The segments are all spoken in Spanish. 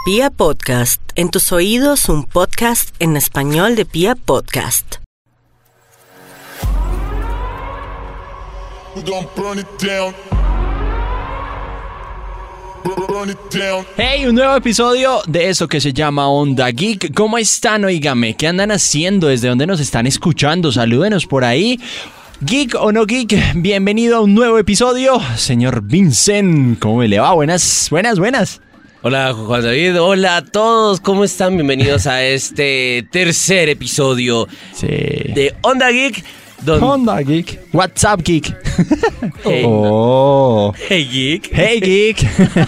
Pia Podcast, en tus oídos un podcast en español de Pia Podcast. Hey, un nuevo episodio de eso que se llama Onda Geek. ¿Cómo están? Óigame, ¿qué andan haciendo? ¿Desde dónde nos están escuchando? Salúdenos por ahí. Geek o no geek, bienvenido a un nuevo episodio. Señor Vincent, ¿cómo me le va? Buenas. Hola Juan David, hola a todos, ¿cómo están? Bienvenidos a este tercer episodio de Onda Geek. Onda Geek, WhatsApp Geek. Hey, hey Geek. Hey Geek.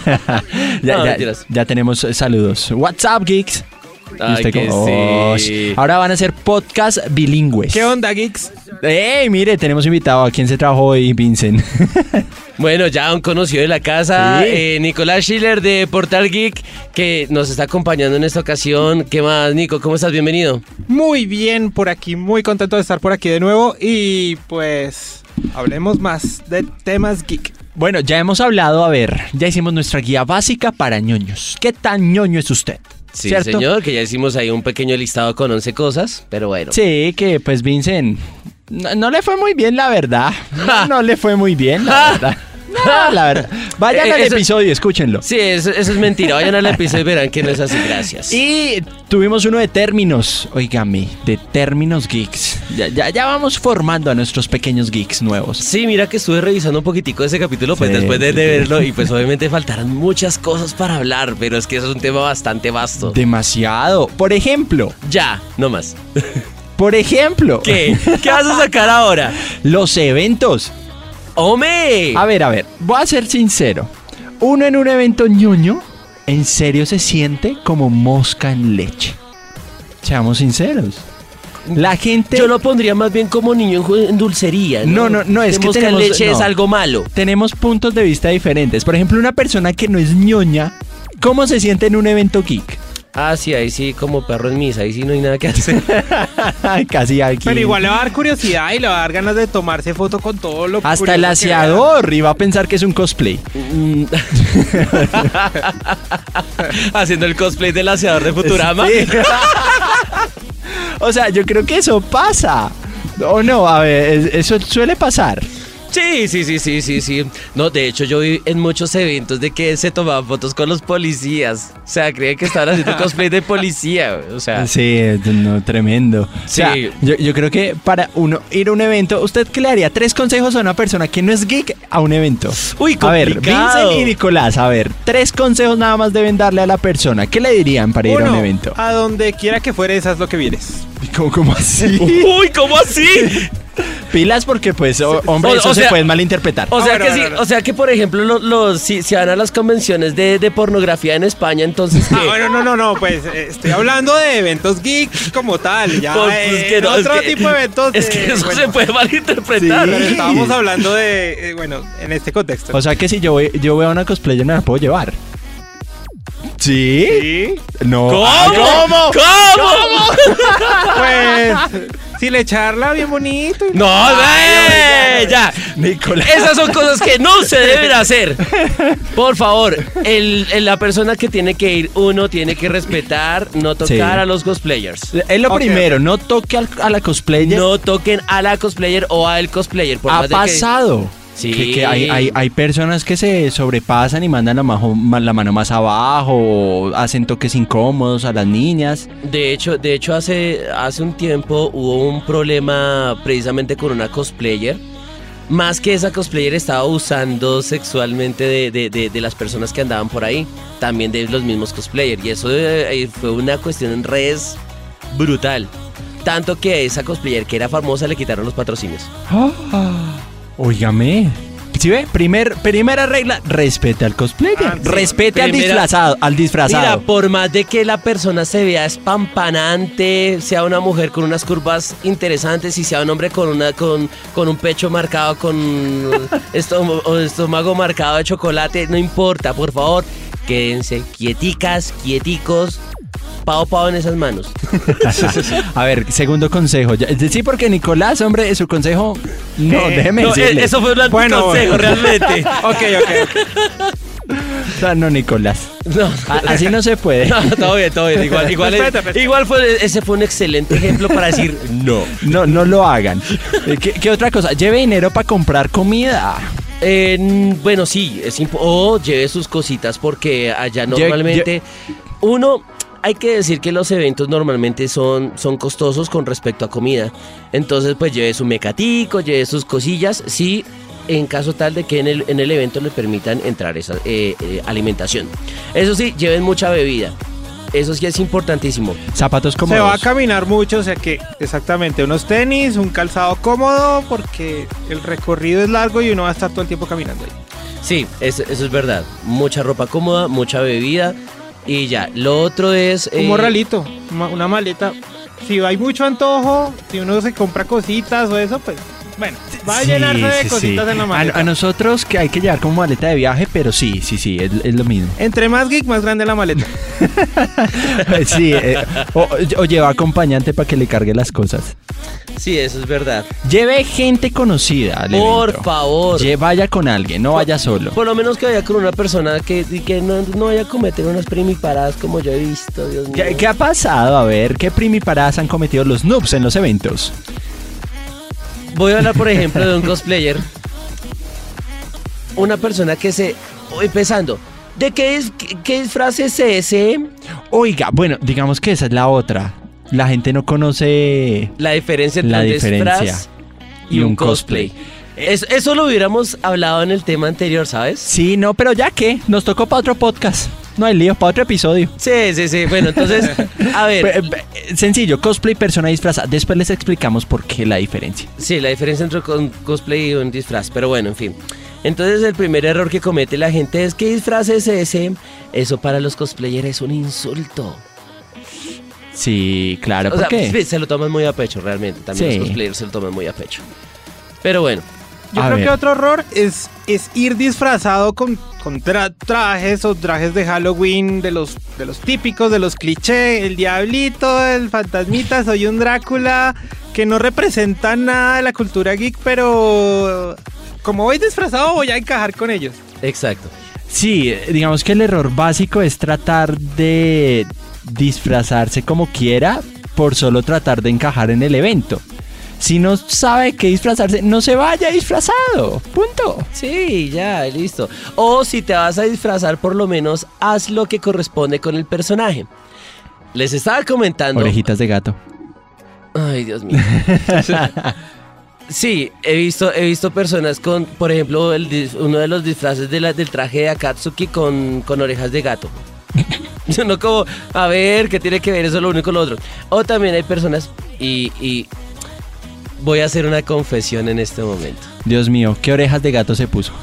ya tenemos saludos. WhatsApp Geeks. Ay, que sí. Ahora van a ser podcast bilingües. ¿Qué onda, geeks? Mire, tenemos invitado. ¿A quién se trabajó hoy, Vincent? Bueno, ya un conocido de la casa, Sí. Nicolás Schiller de Portal Geek, que nos está acompañando en esta ocasión. ¿Qué más, Nico? ¿Cómo estás? Bienvenido. Muy bien por aquí, muy contento de estar por aquí de nuevo. Y pues, hablemos más de temas geek. Bueno, ya hemos hablado, ya hicimos nuestra guía básica para ñoños. ¿Qué tan ñoño es usted? Sí, ¿Cierto? señor, que ya hicimos ahí un pequeño listado con 11 cosas, pero bueno. Sí, que pues Vincent, no le fue muy bien, la verdad. No le fue muy bien, la verdad. No, la verdad. Vayan al episodio, escúchenlo. Sí, eso es mentira. Vayan al episodio y verán que no es así. Gracias. Y tuvimos uno de términos, óigame, de términos geeks. Ya vamos formando a nuestros pequeños geeks nuevos. Sí, mira que estuve revisando un poquitico ese capítulo, pues Sí, después de sí. verlo, y pues obviamente faltarán muchas cosas para hablar, pero es que eso es un tema bastante vasto. Demasiado. Por ejemplo. Ya, no más. ¿Qué? ¿Qué vas a sacar ahora? Los eventos. ¡Hombre! A ver, voy a ser sincero. Uno en un evento ñoño, en serio se siente como mosca en leche. Seamos sinceros. La gente... Yo lo pondría más bien como niño en dulcería, ¿no? No, es que mosca tenemos... en leche no. es algo malo. Tenemos puntos de vista diferentes. Por ejemplo, una persona que no es ñoña, ¿cómo se siente en un evento geek? Ah, sí, ahí sí, como perro en misa, ahí sí no hay nada que hacer. Casi aquí. Pero igual le va a dar curiosidad y le va a dar ganas de tomarse foto con todo lo Hasta curioso el que aseador iba a pensar que es un cosplay. Haciendo el cosplay del aseador de Futurama. Sí. O sea, yo creo que eso pasa. ¿O no? A ver, eso suele pasar. Sí. No, de hecho yo vi en muchos eventos de que se tomaban fotos con los policías. O sea, creía que estaban haciendo cosplay de policía. O sea, Sí, no, tremendo. Sí. O sea, yo creo que para uno ir a un evento, ¿usted qué le daría? 3 consejos a una persona que no es geek a un evento. Uy, A ver, complicado. Vincent y Nicolás, 3 consejos nada más deben darle a la persona. ¿Qué le dirían para ir a un Uno, evento? a donde quiera que fueres, haz lo que vienes. ¿Cómo así? Uy, ¿cómo así? Pilas porque pues, hombre, O eso se sea, puede malinterpretar. O sea bueno, que sí, bueno. o sea que por ejemplo si van a las convenciones de pornografía en España, entonces ¿qué? No, pues estoy hablando de eventos geek como tal. Ya, Pues, es que no, otro es que- tipo de eventos. Es que eso bueno, se puede malinterpretar. Pero estábamos hablando de, en este contexto. O sea que si yo veo a una cosplayer, me la puedo llevar. ¿Sí? Sí, No. ¿Cómo? pues, si le charla bien bonito. No, ya. Nicolás. Esas son cosas que no se deben hacer. Por favor, la persona que tiene que ir, uno tiene que respetar, no tocar Sí. a los cosplayers. Es lo Ok, primero, no toque a la cosplayer. No toquen a la cosplayer o al cosplayer. Por Ha más de que- pasado. Sí. Que hay personas que se sobrepasan y mandan la mano más abajo, o hacen toques incómodos a las niñas. De hecho hace un tiempo hubo un problema precisamente con una cosplayer. Más que esa cosplayer estaba abusando sexualmente de las personas que andaban por ahí. También de los mismos cosplayers. Y eso fue una cuestión en redes brutal. Tanto que a esa cosplayer que era famosa le quitaron los patrocinios. Óigame. ¿Sí ve? Primera regla, respete al cosplayer. Sí. Respete al Primera- disfrazado. Mira, por más de que la persona se vea espampanante, sea una mujer con unas curvas interesantes y sea un hombre con un pecho marcado, con estómago marcado de chocolate, no importa, por favor, quédense quieticos, pao en esas manos. A ver, segundo consejo. Sí, porque Nicolás, hombre, su consejo... No, déjeme No, decirle. eso fue un Bueno, anticonsejo, bueno. realmente. Ok. O sea, no, Nicolás. No, Así no se puede. no, todo bien, todo bien. Igual ese fue un excelente ejemplo para decir no. No lo hagan. ¿Qué otra cosa? Lleve dinero para comprar comida. Bueno, sí, o lleve sus cositas porque allá normalmente hay que decir que los eventos normalmente son costosos con respecto a comida. Entonces, pues lleve su mecatico, lleve sus cosillas, sí, en caso tal de que en el evento le permitan entrar esa alimentación. Eso sí, lleven mucha bebida. Eso sí es importantísimo. Zapatos cómodos. Se va a caminar mucho, o sea que exactamente unos tenis, un calzado cómodo, porque el recorrido es largo y uno va a estar todo el tiempo caminando ahí. Sí, eso es verdad. Mucha ropa cómoda, mucha bebida y ya. Lo otro es... Un morralito, una maleta. Si hay mucho antojo, si uno se compra cositas o eso, pues... Bueno, va a llenarse de cositas en la maleta. A nosotros que hay que llevar como maleta de viaje, pero sí, es lo mismo. Entre más geek, más grande la maleta. Sí, o lleva acompañante para que le cargue las cosas. Sí, eso es verdad. Lleve gente conocida al Por evento. favor. Vaya con alguien, no vaya solo. Por lo menos que vaya con una persona que no vaya a cometer unas primiparadas como yo he visto, Dios mío. ¿Qué ha pasado? A ver, ¿qué primiparadas han cometido los noobs en los eventos? Voy a hablar, por ejemplo, de un cosplayer. Una persona que empezando, ¿de qué disfraz es ese? Oiga, bueno, digamos que esa es la otra. La gente no conoce La diferencia entre un disfraz y un cosplay. Eso lo hubiéramos hablado en el tema anterior, ¿sabes? Sí, no, pero ya que nos tocó para otro podcast. No hay lío, para otro episodio. Sí. Bueno, entonces, a ver. Sencillo, cosplay, persona disfrazada. Después les explicamos por qué la diferencia. Sí, la diferencia entre un cosplay y un disfraz. Pero bueno, en fin. Entonces el primer error que comete la gente es ¿qué disfraz es ese? Eso para los cosplayers es un insulto. Sí, claro, ¿por qué? Se lo toman muy a pecho realmente. También Sí. los cosplayers se lo toman muy a pecho. Pero bueno. Yo creo que otro error es ir disfrazado con trajes o trajes de Halloween de los típicos, de los clichés, el diablito, el fantasmita, soy un Drácula, que no representa nada de la cultura geek, pero como voy disfrazado voy a encajar con ellos. Exacto. Sí, digamos que el error básico es tratar de disfrazarse como quiera por solo tratar de encajar en el evento. Si no sabe qué disfrazarse, no se vaya disfrazado. Punto. Sí, ya, listo. O si te vas a disfrazar, por lo menos haz lo que corresponde con el personaje. Les estaba comentando... Orejitas de gato. Ay, Dios mío. Sí, he visto personas con, por ejemplo, uno de los disfraces del traje de Akatsuki con orejas de gato. No como, a ver, ¿qué tiene que ver eso lo uno con lo otro? O también hay personas y voy a hacer una confesión en este momento. Dios mío, ¿qué orejas de gato se puso?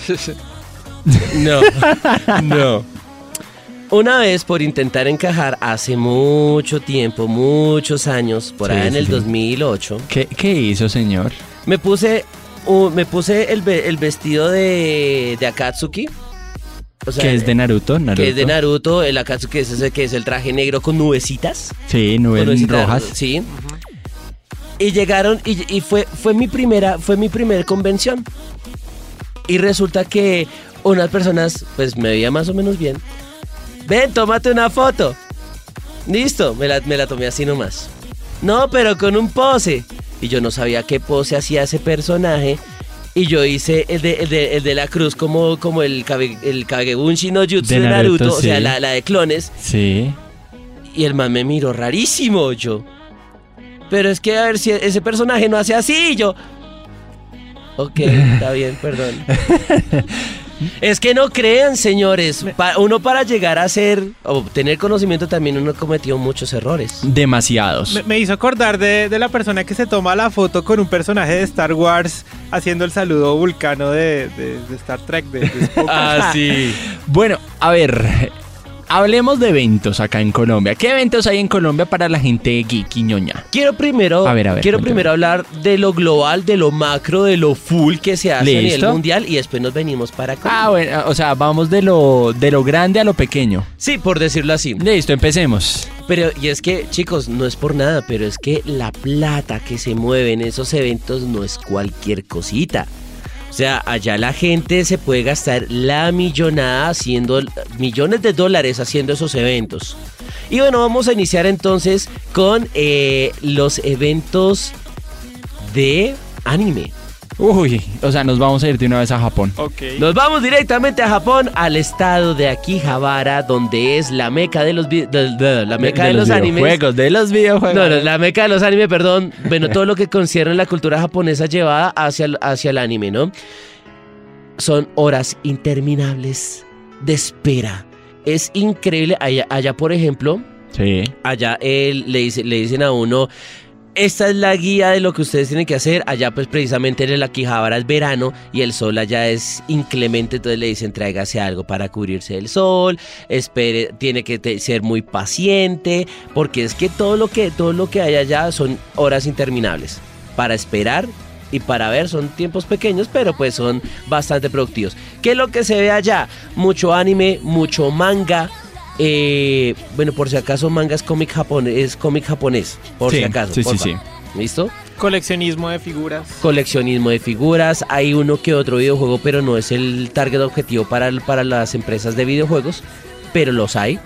No. Una vez por intentar encajar hace mucho tiempo, muchos años, por ahí en el 2008. ¿Qué hizo, señor? Me puse el vestido de Akatsuki. O sea, que es de Naruto. Que es de Naruto, el Akatsuki es ese que es el traje negro con nubecitas. Sí, nubes rojas. Sí. Y llegaron y fue mi primer convención. Y resulta que unas personas, pues me veía más o menos bien. Ven, tómate una foto. Listo, me la tomé así nomás. No, pero con un pose. Y yo no sabía qué pose hacía ese personaje. Y yo hice el de la cruz como el Kagebunshi no Jutsu de Naruto, sí. O sea, la de clones. Sí. Y el man me miró rarísimo, yo. Pero es que a ver si ese personaje no hace así, yo. Ok, está bien, perdón. Es que no crean, señores. Uno para llegar a tener conocimiento también uno cometió muchos errores. Demasiados. Me hizo acordar de la persona que se toma la foto con un personaje de Star Wars haciendo el saludo vulcano de Star Trek. De Spock. Ah, sí. Bueno, a ver, hablemos de eventos acá en Colombia. ¿Qué eventos hay en Colombia para la gente geek y ñoña? Quiero primero hablar de lo global, de lo macro, de lo full que se hace a nivel mundial y después nos venimos para acá. Ah, bueno, o sea, vamos de lo grande a lo pequeño. Sí, por decirlo así. Listo, empecemos. Pero, y es que, chicos, no es por nada, pero es que la plata que se mueve en esos eventos no es cualquier cosita. O sea, allá la gente se puede gastar la millonada haciendo millones de dólares haciendo esos eventos. Y bueno, vamos a iniciar entonces con los eventos de anime. Uy, o sea, nos vamos a ir de una vez a Japón. Ok. Nos vamos directamente a Japón, al estado de Akihabara, donde es la meca de los la meca de los animes. De los videojuegos. No, la meca de los animes, perdón. Bueno, todo lo que concierne la cultura japonesa llevada hacia el anime, ¿no? Son horas interminables de espera. Es increíble. Allá por ejemplo, Sí. allá le dicen a uno, esta es la guía de lo que ustedes tienen que hacer. Allá pues precisamente en el Akihabara es verano y el sol allá es inclemente, entonces le dicen tráigase algo para cubrirse del sol, espere, tiene que ser muy paciente, porque es que todo lo que hay allá son horas interminables para esperar. Y para ver son tiempos pequeños, pero pues son bastante productivos. ¿Qué es lo que se ve allá? Mucho anime, mucho manga. Bueno, por si acaso manga es cómic japonés, por Sí, si acaso. sí, porfa. sí. ¿Listo? Coleccionismo de figuras. Coleccionismo de figuras. Hay uno que otro videojuego, pero no es el target objetivo para las empresas de videojuegos, pero los hay.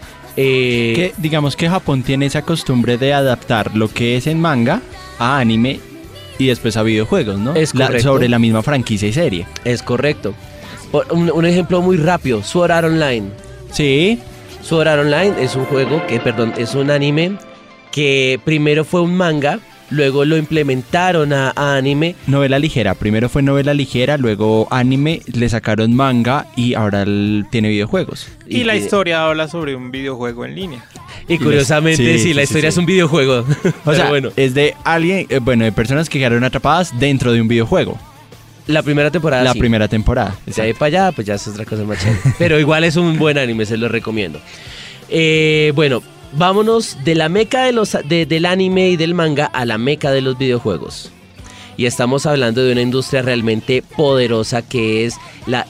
Que digamos que Japón tiene esa costumbre de adaptar lo que es en manga a anime y después a videojuegos, ¿no? Es correcto. Sobre la misma franquicia y serie. Es correcto. Un ejemplo muy rápido, Sword Art Online. Sí. Sword Art Online es un juego es un anime que primero fue un manga, luego lo implementaron a anime. Novela ligera. Primero fue novela ligera, luego anime, le sacaron manga y ahora tiene videojuegos. Y la historia habla sobre un videojuego en línea. Y curiosamente, Sí, la sí, historia sí. es un videojuego. O Pero sea, bueno, es de alguien, de personas que quedaron atrapadas dentro de un videojuego. la primera temporada La sí. primera temporada. De ahí para allá, pues ya es otra cosa más chévere. Pero igual es un buen anime, se lo recomiendo. Bueno, vámonos de la meca del anime y del manga a la meca de los videojuegos. Y estamos hablando de una industria realmente poderosa que es la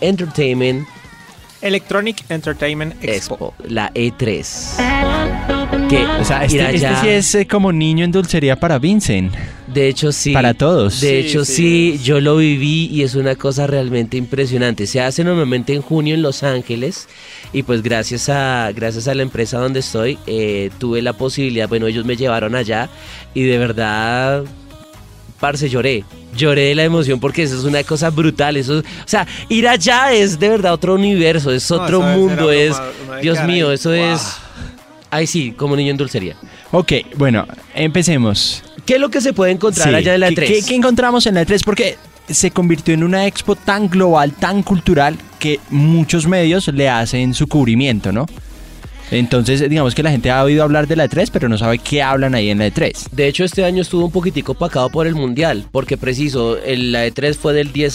Electronic Entertainment Expo. la E3. Que O sea, ir este allá- sí es como niño en dulcería para Vincent. De hecho, sí. Para todos. De Sí, hecho, sí. sí, yo lo viví y es una cosa realmente impresionante. Se hace normalmente en junio en Los Ángeles y pues gracias a la empresa donde estoy tuve la posibilidad, bueno, ellos me llevaron allá y de verdad, parce, lloré de la emoción porque eso es una cosa brutal. Eso, o sea, ir allá es de verdad otro universo, es No, otro eso debe mundo, ser es, uno de Dios cara mío, ahí. eso Wow. es, ay sí, como niño en dulcería. Ok, bueno, empecemos. ¿Qué es lo que se puede encontrar Sí, allá en la E3? ¿Qué encontramos en la E3? Porque se convirtió en una expo tan global, tan cultural, que muchos medios le hacen su cubrimiento, ¿no? Entonces, digamos que la gente ha oído hablar de la E3, pero no sabe qué hablan ahí en la E3. De hecho, este año estuvo un poquitico opacado por el Mundial, porque preciso, la E3 fue del 10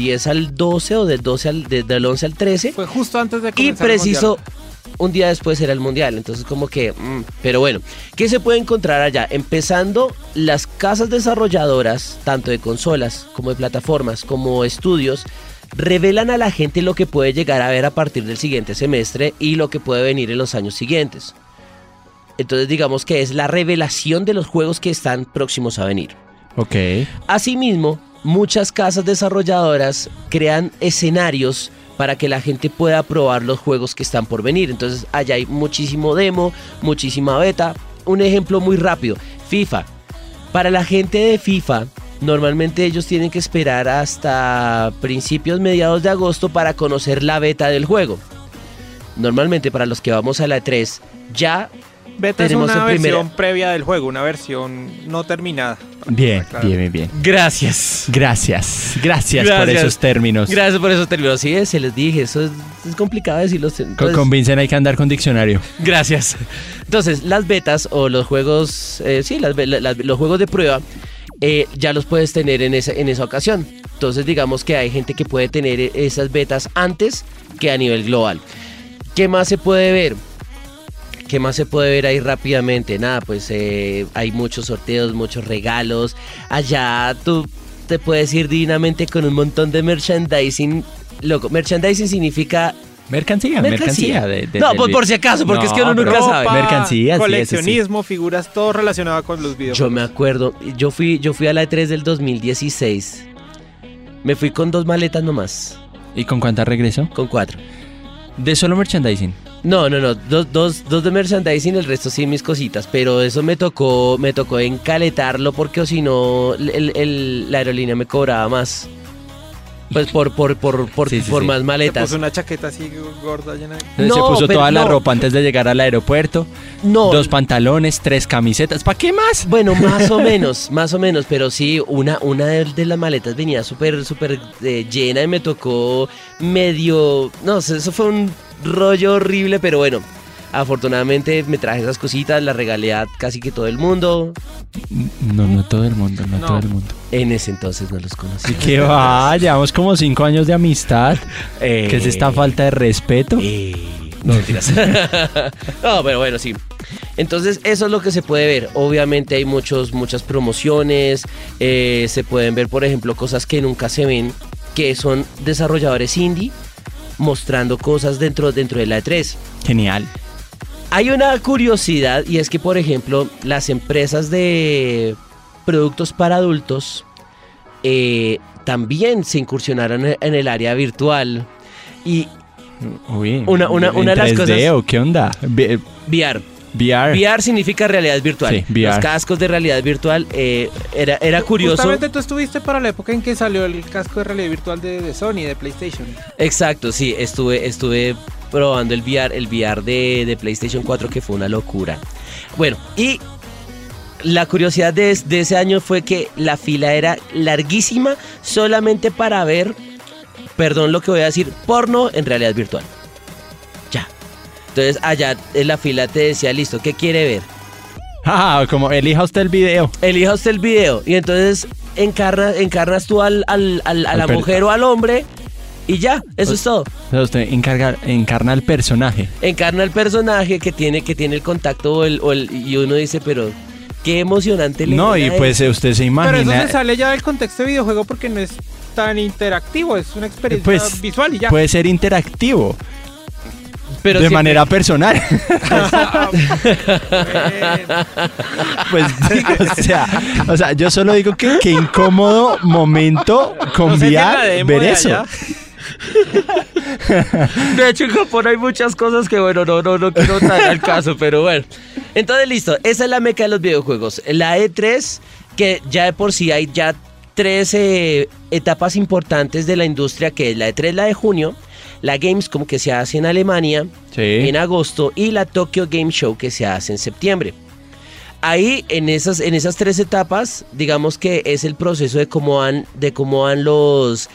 al 12 o del 11 al 13, Fue justo antes de y comenzar el preciso, Mundial. un día después era el Mundial, entonces como que, pero bueno, ¿qué se puede encontrar allá? Empezando, las casas desarrolladoras, tanto de consolas como de plataformas, como estudios, revelan a la gente lo que puede llegar a ver a partir del siguiente semestre y lo que puede venir en los años siguientes. Entonces digamos que es la revelación de los juegos que están próximos a venir. Ok. Asimismo, muchas casas desarrolladoras crean escenarios para que la gente pueda probar los juegos que están por venir. Entonces allá hay muchísimo demo, muchísima beta. Un ejemplo muy rápido, FIFA. Para la gente de FIFA, normalmente ellos tienen que esperar hasta mediados de agosto para conocer la beta del juego. Normalmente para los que vamos a la E3, ya Beta es tenemos una en primera- versión previa del juego, una versión no terminada. Bien, Claro. bien. Gracias. Gracias por Gracias. esos términos. Gracias por esos términos. Sí, se les dije, eso es complicado decirlo. Con Vincent hay que andar con diccionario. Gracias. Entonces, las betas o los juegos, los juegos de prueba, ya los puedes tener en esa ocasión. Entonces, digamos que hay gente que puede tener esas betas antes que a nivel global. ¿Qué más se puede ver? ¿Qué más se puede ver ahí rápidamente? Nada, pues hay muchos sorteos, muchos regalos. Allá tú te puedes ir divinamente con un montón de merchandising. Loco, merchandising significa... Mercancía. No, pues por si acaso, porque es que uno nunca pero- sabe. Mercancía, sí, coleccionismo, figuras, todo relacionado con los videojuegos. Yo me acuerdo, yo fui a la E3 del 2016 Me fui con 2 maletas nomás, ¿Y con cuántas regresó? con 4. De solo merchandising. No, dos de merchandising, el resto sí mis cositas, pero eso me tocó encaletarlo porque o si no la aerolínea me cobraba más. Pues por Sí. más Se maletas. puso una chaqueta así gorda llena de... Entonces se No, puso pero toda la no. ropa antes de llegar al aeropuerto. No. 2 pantalones, 3 camisetas. ¿Para qué más? Bueno, más o menos, pero sí, una de las maletas venía súper llena y me tocó medio... No sé, eso fue un rollo horrible, pero bueno, afortunadamente me traje esas cositas, las regalé a casi que todo el mundo. No todo el mundo, no No. todo el mundo. En ese entonces no los conocí. Así que va, llevamos como 5 años de amistad. ¿Qué es esta falta de respeto? No, mentiras. No, pero bueno, sí. Entonces eso es lo que se puede ver. Obviamente hay muchas promociones. Se pueden ver, por ejemplo, cosas que nunca se ven, que son desarrolladores indie mostrando cosas dentro de la E3. Genial. Hay una curiosidad y es que, por ejemplo, las empresas de productos para adultos también se incursionaron en el área virtual. Y Uy, Una de las 3D, cosas- ¿o qué onda? VR. VR. VR significa realidad virtual. Sí, VR. Los cascos de realidad virtual era curioso. Justamente tú estuviste para la época en que salió el casco de realidad virtual de Sony, de PlayStation. Exacto, sí, estuve probando el VR de PlayStation 4, que fue una locura. Bueno, y la curiosidad de ese año fue que la fila era larguísima solamente para ver, perdón lo que voy a decir, porno en realidad virtual. Ya. Entonces allá en la fila te decía, listo, ¿qué quiere ver? Ah, como elija usted el video. Elija usted el video y entonces encarnas tú a la mujer o al hombre y ya, eso es todo. O sea, usted encarna al personaje. Encarna el personaje que tiene el contacto y uno dice, pero qué emocionante. No, y leer a pues él. usted se Pero eso imagina. se sale ya del contexto de videojuego porque no es tan interactivo, es una experiencia Pues visual y ya. puede ser interactivo. Pero de siempre- manera personal. Pues digo, o sea, yo solo digo que qué incómodo momento con No sé si en la VR demo ver de eso. allá. De hecho, en Japón hay muchas cosas que, bueno, no quiero traer al caso, pero bueno. Entonces, listo, esa es la meca de los videojuegos. La E3, que ya de por sí hay ya 3 etapas importantes de la industria, que es la E3, la de junio, la Gamescom, que se hace en Alemania Sí. en agosto, y la Tokyo Game Show, que se hace en septiembre. Ahí, en esas 3 etapas, digamos que es el proceso de cómo van los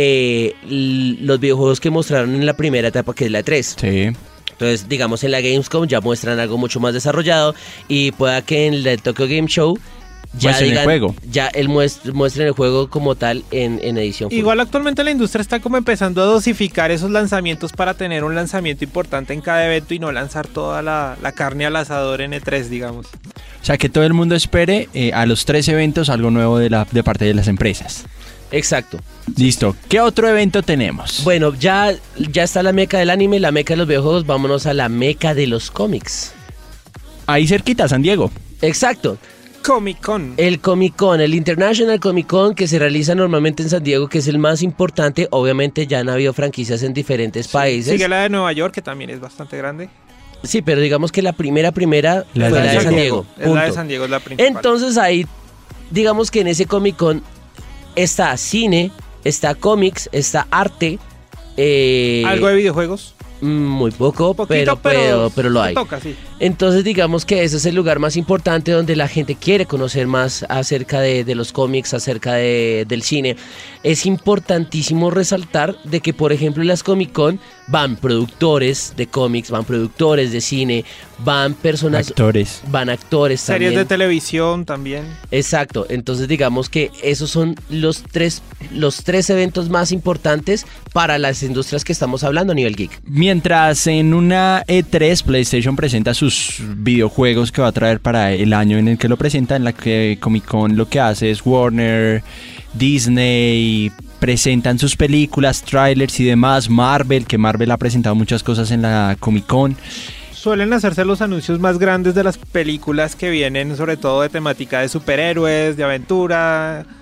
videojuegos que mostraron en la primera etapa, que es la E3. Sí. Entonces, digamos, en la Gamescom ya muestran algo mucho más desarrollado, y pueda que en la Tokyo Game Show ya Muestren el digan, juego. ya muestren el juego como tal en edición full. Igual actualmente la industria está como empezando a dosificar esos lanzamientos para tener un lanzamiento importante en cada evento y no lanzar toda la carne al asador en E3, digamos. O sea, que todo el mundo espere a los 3 eventos algo nuevo de parte de las empresas. Exacto. Listo. ¿Qué otro evento tenemos? Bueno, ya está la meca del anime, la meca de los videojuegos, vámonos a la meca de los cómics. Ahí cerquita, San Diego. Exacto. Comic Con. El Comic Con, el International Comic Con, que se realiza normalmente en San Diego, que es el más importante. Obviamente ya han habido franquicias en diferentes países. Sigue la de Nueva York, que también es bastante grande. Sí, pero digamos que la primera La fue de la de San San Diego. Es la de punto. San Diego, es la principal. Entonces ahí, digamos que en ese Comic Con está cine, está cómics, está arte. ¿Algo de videojuegos? Muy poco, Poquito, pero lo se hay. toca, sí. Entonces digamos que ese es el lugar más importante donde la gente quiere conocer más acerca de los cómics, acerca del cine. Es importantísimo resaltar de que, por ejemplo, en las Comic Con van productores de cómics, van productores de cine, van personas, Actores. van actores Series también. de televisión también. Exacto, entonces digamos que esos son los tres eventos más importantes para las industrias que estamos hablando a nivel geek. Mientras en una E3 PlayStation presenta sus videojuegos que va a traer para el año en el que lo presenta, en la que Comic Con lo que hace es Warner, Disney, presentan sus películas, trailers y demás, Marvel, que Marvel ha presentado muchas cosas en la Comic Con. Suelen hacerse los anuncios más grandes de las películas que vienen, sobre todo de temática de superhéroes, de aventura.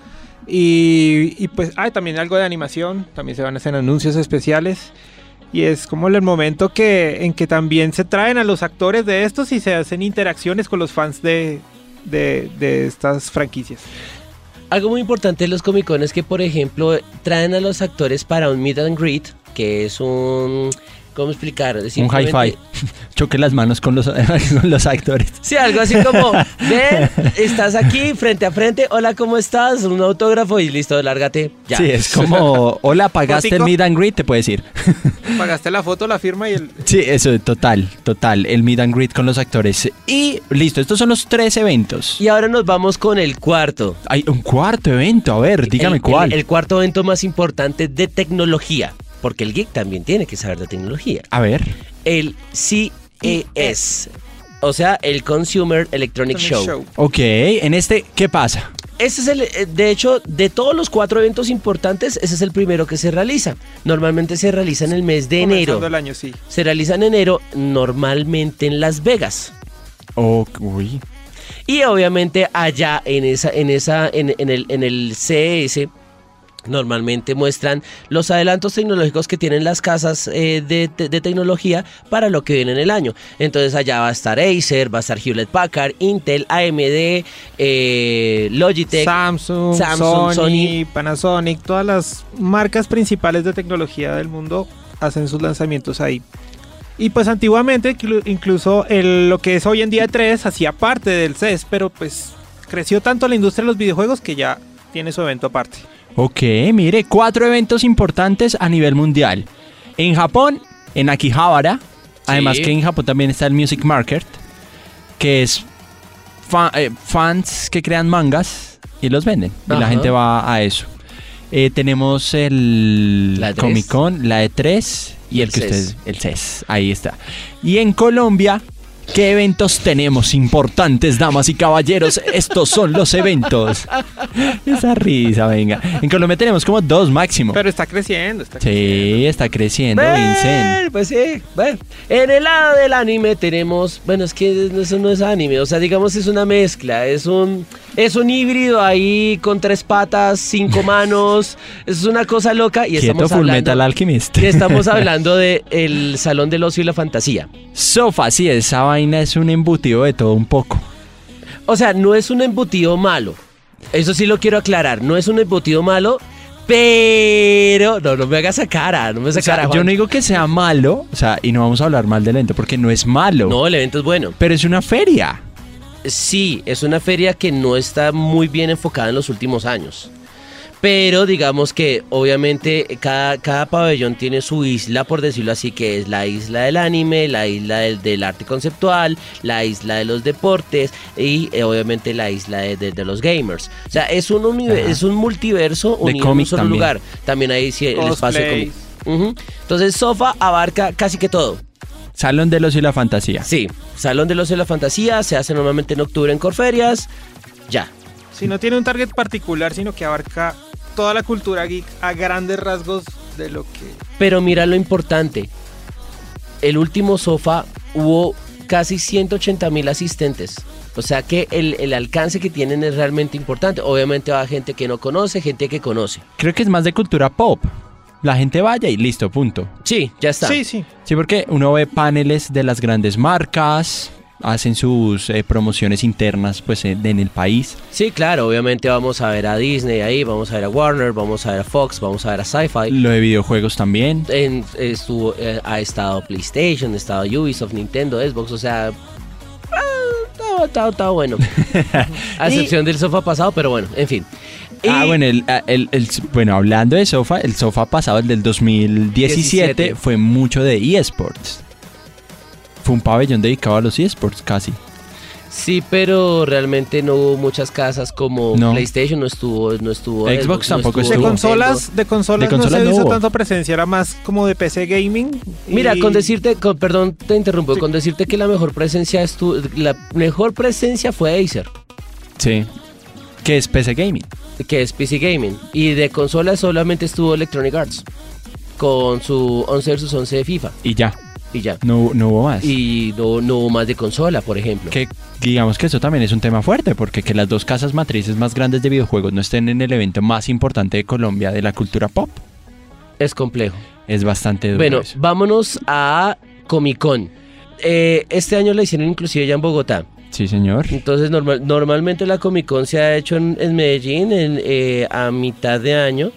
Y pues también algo de animación, también se van a hacer anuncios especiales. Y es como el momento en que también se traen a los actores de estos y se hacen interacciones con los fans de estas franquicias. Algo muy importante de los Comic Con es que, por ejemplo, traen a los actores para un meet and greet, que es un... ¿Cómo explicar? Un hi-fi. Choque las manos con los actores. Sí, algo así como, ven, estás aquí frente a frente, hola, ¿cómo estás? Un autógrafo y listo, lárgate, ya. Sí, es como, hola, pagaste el meet and greet, te puedes ir. Pagaste la foto, la firma y el... Sí, eso, total, el meet and greet con los actores. Y listo, estos son los 3 eventos. Y ahora nos vamos con el cuarto. Hay un cuarto evento, a ver, dígame cuál. El cuarto evento más importante de tecnología. Porque el geek también tiene que saber de tecnología. A ver. El CES. O sea, el Consumer Electronic Show. Ok, en este, ¿qué pasa? Ese es de hecho, de todos los 4 eventos importantes, ese es el primero que se realiza. Normalmente se realiza en el mes de enero. Comenzando el año, sí. Se realiza en enero, normalmente en Las Vegas. Uy. Y obviamente allá en el CES normalmente muestran los adelantos tecnológicos que tienen las casas de tecnología para lo que viene en el año. Entonces allá va a estar Acer, va a estar Hewlett Packard, Intel, AMD, Logitech, Samsung, Sony, Panasonic, todas las marcas principales de tecnología del mundo hacen sus lanzamientos ahí. Y pues antiguamente incluso lo que es hoy en día E3 hacía parte del CES, pero pues creció tanto la industria de los videojuegos que ya tiene su evento aparte. Ok, mire, 4 eventos importantes a nivel mundial. En Japón, en Akihabara, sí. Además que en Japón también está el Music Market, que es fans que crean mangas y los venden. Ajá. Y la gente va a eso. Tenemos la Comic Con, la E3 y el CES. Ahí está. Y en Colombia, ¿qué eventos tenemos importantes, damas y caballeros? Estos son los eventos. Esa risa, venga. En Colombia tenemos como 2 máximo. Pero está creciendo, Sí, está creciendo, Vincent. Pues sí, bueno. En el lado del anime tenemos... Bueno, es que eso no es anime. O sea, digamos, es una mezcla. Es un híbrido ahí con 3 patas, 5 manos. Es una cosa loca. Y Quieto, Fullmetal Alchemist. Y estamos hablando del Salón del Ocio y la Fantasía. Sofa, sí, esa vaina es un embutido de todo un poco. O sea, no es un embutido malo. Eso sí lo quiero aclarar. No es un embutido malo, pero... No me hagas esa cara. No me hagas esa cara, Juan. Yo no digo que sea malo, o sea, y no vamos a hablar mal del evento, porque no es malo. No, el evento es bueno. Pero es una feria. Sí, es una feria que no está muy bien enfocada en los últimos años. Pero digamos que obviamente cada pabellón tiene su isla, por decirlo así, que es la isla del anime, la isla del arte conceptual, la isla de los deportes y obviamente la isla de los gamers. O sea, es un multiverso unido en un solo lugar. También hay el espacio de cómic. Entonces Sofa abarca casi que todo. Salón del Ocio y la Fantasía. Sí, Salón del Ocio y la Fantasía, se hace normalmente en octubre en Corferias, ya. Si no tiene un target particular, sino que abarca toda la cultura geek a grandes rasgos de lo que... Pero mira lo importante, el último Sofa hubo casi 180,000 asistentes. O sea que el alcance que tienen es realmente importante. Obviamente va gente que no conoce, gente que conoce. Creo que es más de cultura pop. La gente vaya y listo, punto. Sí, ya está. Sí. Sí, porque uno ve paneles de las grandes marcas, hacen sus promociones internas pues en el país. Sí, claro, obviamente vamos a ver a Disney ahí, vamos a ver a Warner, vamos a ver a Fox, vamos a ver a Sci-Fi. Lo de videojuegos también. Ha estado PlayStation, ha estado Ubisoft, Nintendo, Xbox, o sea... Está bueno. A excepción del Sofa pasado, pero bueno, en fin. Bueno, hablando de Sofa, el Sofa pasado, el del 2017, fue mucho de eSports. Fue un pabellón dedicado a los eSports casi. Sí, pero realmente no hubo muchas casas como PlayStation, no estuvo Xbox tampoco estuvo. De consolas no se hizo tanto presencia, era más como de PC gaming. Mira, perdón, te interrumpo, sí. Con decirte que la mejor presencia fue Acer. Sí. ¿Qué es PC gaming? Que es PC gaming. Y de consolas solamente estuvo Electronic Arts con su 11 vs 11 de FIFA. Y ya. y ya. No hubo más. Y no hubo más de consola, por ejemplo. Que digamos que eso también es un tema fuerte, porque que las dos casas matrices más grandes de videojuegos no estén en el evento más importante de Colombia de la cultura pop. Es complejo. Es bastante duro. Bueno, eso. vámonos a Comic Con. Este año la hicieron inclusive ya en Bogotá. Sí, señor. Entonces normalmente la Comic Con se ha hecho en Medellín a mitad de año,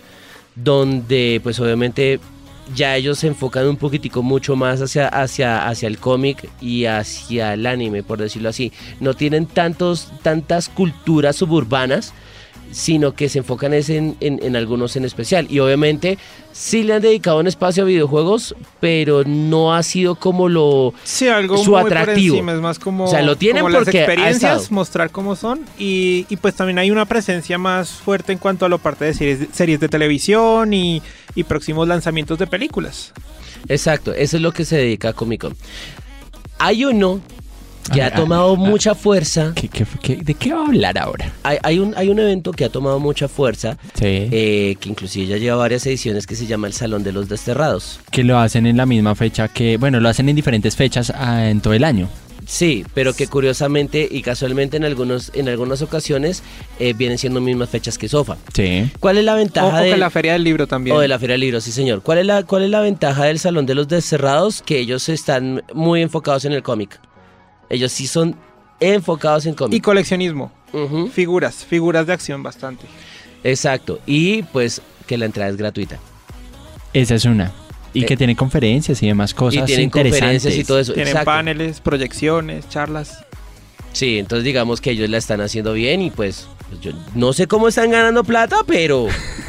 donde pues obviamente ya ellos se enfocan un poquitico mucho más hacia el cómic y hacia el anime, por decirlo así. No tienen tantas culturas suburbanas, sino que se enfocan en algunos en especial. Y obviamente sí le han dedicado un espacio a videojuegos, pero no ha sido como algo su muy atractivo. Por encima, es más como, O sea, lo tienen como las porque ha experiencias, estado. mostrar cómo son y pues también hay una presencia más fuerte en cuanto a la parte de series de televisión y próximos lanzamientos de películas. Exacto, eso es lo que se dedica a Comic Con. Hay uno que Ah, ha tomado mucha fuerza. ¿De qué va a hablar ahora? Hay un evento que ha tomado mucha fuerza, Sí. que inclusive ya lleva varias ediciones, que se llama el Salón de los Desterrados. Que lo hacen en la misma fecha que... Bueno, lo hacen en diferentes fechas en todo el año. Sí, pero que curiosamente y casualmente en algunas ocasiones vienen siendo mismas fechas que SOFA. Sí. ¿Cuál es la ventaja O de que la Feria del Libro también. o de la Feria del Libro? Sí, señor. ¿Cuál es la ventaja del Salón de los Desterrados? Que ellos están muy enfocados en el cómic. Ellos sí son enfocados en Y cómic. coleccionismo. Ujú. Figuras de acción bastante. Exacto. Y pues que la entrada es gratuita. Esa es una. Y que tiene conferencias y demás cosas y tienen interesantes. conferencias y todo eso. Tienen Exacto. paneles, proyecciones, charlas. Sí, entonces digamos que ellos la están haciendo bien y pues yo no sé cómo están ganando plata, pero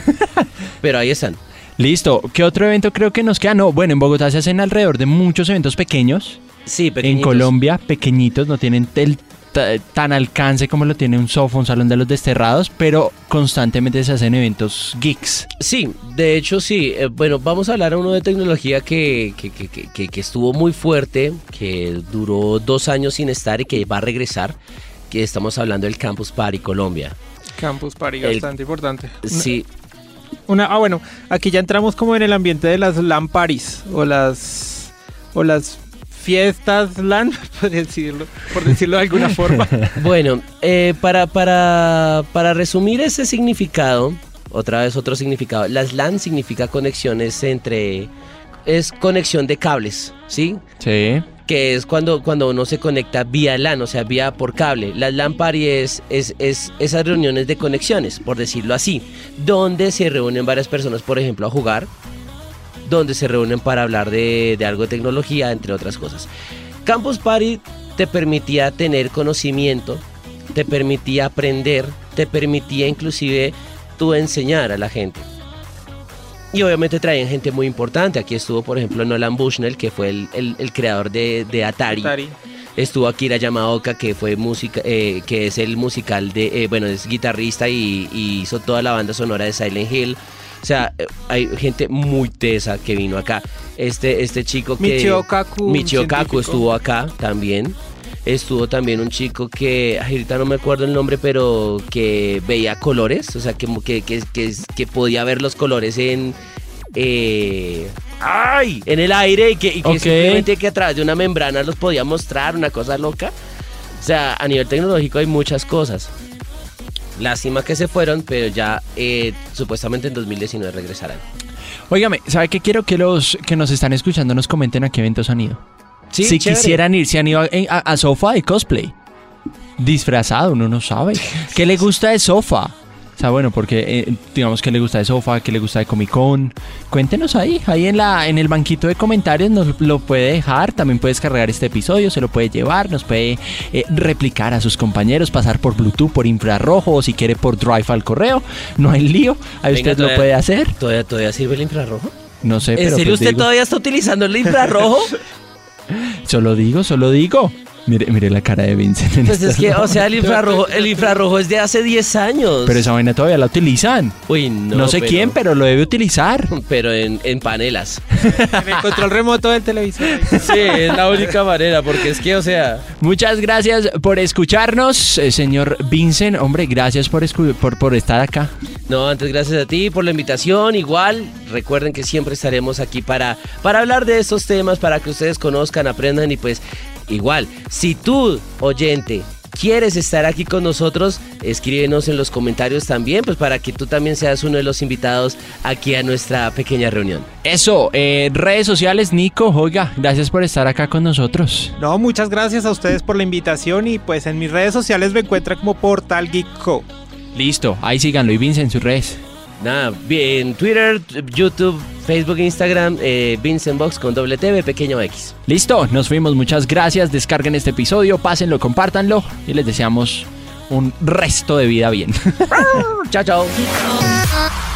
ahí están. Listo. ¿Qué otro evento creo que nos queda? No, bueno, en Bogotá se hacen alrededor de muchos eventos pequeños. Sí, En pequeñitos. Colombia, pequeñitos, no tienen tan alcance como lo tiene un SOFA, un Salón de los Desterrados, pero constantemente se hacen eventos geeks. Sí, de hecho sí. Bueno, vamos a hablar a uno de tecnología que estuvo muy fuerte, que duró 2 años sin estar y que va a regresar, que estamos hablando del Campus Party Colombia. Campus Party, El- bastante importante. Sí, Bueno, aquí ya entramos como en el ambiente de las LAN parties o las fiestas LAN, por decirlo de alguna forma. bueno, para resumir ese significado, otra vez otro significado, las LAN significa conexiones es conexión de cables, ¿sí? Sí. Que es cuando uno se conecta vía LAN, o sea, vía por cable. Las LAN party es esas reuniones de conexiones, por decirlo así, donde se reúnen varias personas, por ejemplo, a jugar, donde se reúnen para hablar de algo de tecnología, entre otras cosas. Campus Party te permitía tener conocimiento, te permitía aprender, te permitía inclusive tú enseñar a la gente. Y obviamente traían gente muy importante. Aquí estuvo, por ejemplo, Nolan Bushnell, que fue el creador de Atari. Estuvo Akira Yamaoka, que fue música, que es el musical de, es guitarrista y hizo toda la banda sonora de Silent Hill. O sea, hay gente muy tesa que vino acá. Este chico que... Michio Kaku, un Michio Kaku científico. estuvo acá también. Estuvo también un chico que, ahorita no me acuerdo el nombre, pero que veía colores, o sea, que podía ver los colores en el aire y que Ok. simplemente que a través de una membrana los podía mostrar, una cosa loca. O sea, a nivel tecnológico hay muchas cosas. Lástima que se fueron, pero ya supuestamente en 2019 regresarán. Óigame, ¿sabe qué? Quiero que los que nos están escuchando nos comenten a qué eventos han ido. Sí, Si chévere. quisieran ir, si han ido a SOFA de cosplay. Disfrazado, uno no sabe. ¿Qué le gusta de SOFA? O sea, bueno, porque digamos que le gusta de SOFA, que le gusta de Comic Con. Cuéntenos ahí en el banquito de comentarios nos lo puede dejar. También puede descargar este episodio, se lo puede llevar, nos puede replicar a sus compañeros, pasar por Bluetooth, por infrarrojo o si quiere por Drive al correo. No hay lío, ahí Venga, usted lo todavía- puede hacer. ¿Todavía sirve el infrarrojo? No sé, ¿En pero serio pues usted digo, todavía está utilizando el infrarrojo? solo digo. Mire la cara de Vincent. Pues es que, o sea, el infrarrojo es de hace 10 años. Pero esa vaina todavía la utilizan. Uy, no. No sé quién, pero lo debe utilizar. Pero en panelas. En el control remoto del televisor. Sí, es la única manera, porque es que, o sea... Muchas gracias por escucharnos, señor Vincent. Hombre, gracias por estar acá. No, antes gracias a ti por la invitación. Igual, recuerden que siempre estaremos aquí para hablar de estos temas, para que ustedes conozcan, aprendan y pues igual, si tú, oyente, quieres estar aquí con nosotros, escríbenos en los comentarios también, pues para que tú también seas uno de los invitados aquí a nuestra pequeña reunión. Eso, redes sociales, Nico, oiga, gracias por estar acá con nosotros. No, muchas gracias a ustedes por la invitación y pues en mis redes sociales me encuentran como Portal Geek Co. Listo, ahí síganlo y Vincent en sus redes. Nada, bien, Twitter, YouTube, Facebook, Instagram, VincentBox con _TV, pequeño X. Listo, nos fuimos, muchas gracias, descarguen este episodio, pásenlo, compártanlo y les deseamos un resto de vida bien. Chao, chao.